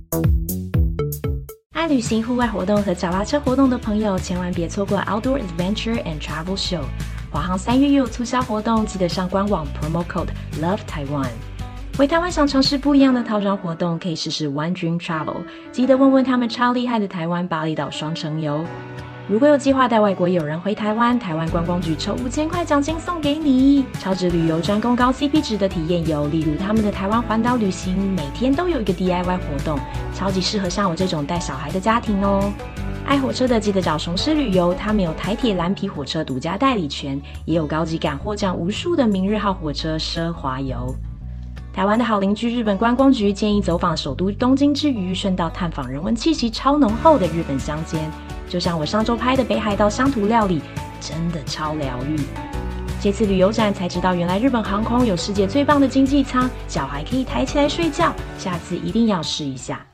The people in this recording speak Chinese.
爱旅行、户外活动和脚踏车活动的朋友，千万别错过 Outdoor Adventure and Travel Show。华航3月又有促销活动，记得上官网 promo code Love Taiwan。回台湾想尝试不一样的套装活动，可以试试 One Dream Travel， 记得问问他们超厉害的台湾巴厘岛双城游。如果有计划带外国友人回台湾，台湾观光局抽5000块奖金送给你。超值旅游专攻高 CP 值的体验游，例如他们的台湾环岛旅行，每天都有一个 DIY 活动，超级适合像我这种带小孩的家庭哦。爱火车的记得找雄狮旅游，他们有台铁蓝皮火车独家代理权，也有高级感获奖无数的明日号火车奢华游。台湾的好邻居日本观光局建议走访首都东京之余，顺道探访人文气息超浓厚的日本乡间，就像我上周拍的北海道乡土料理，真的超疗愈。这次旅游展才知道，原来日本航空有世界最棒的经济舱，脚还可以抬起来睡觉，下次一定要试一下。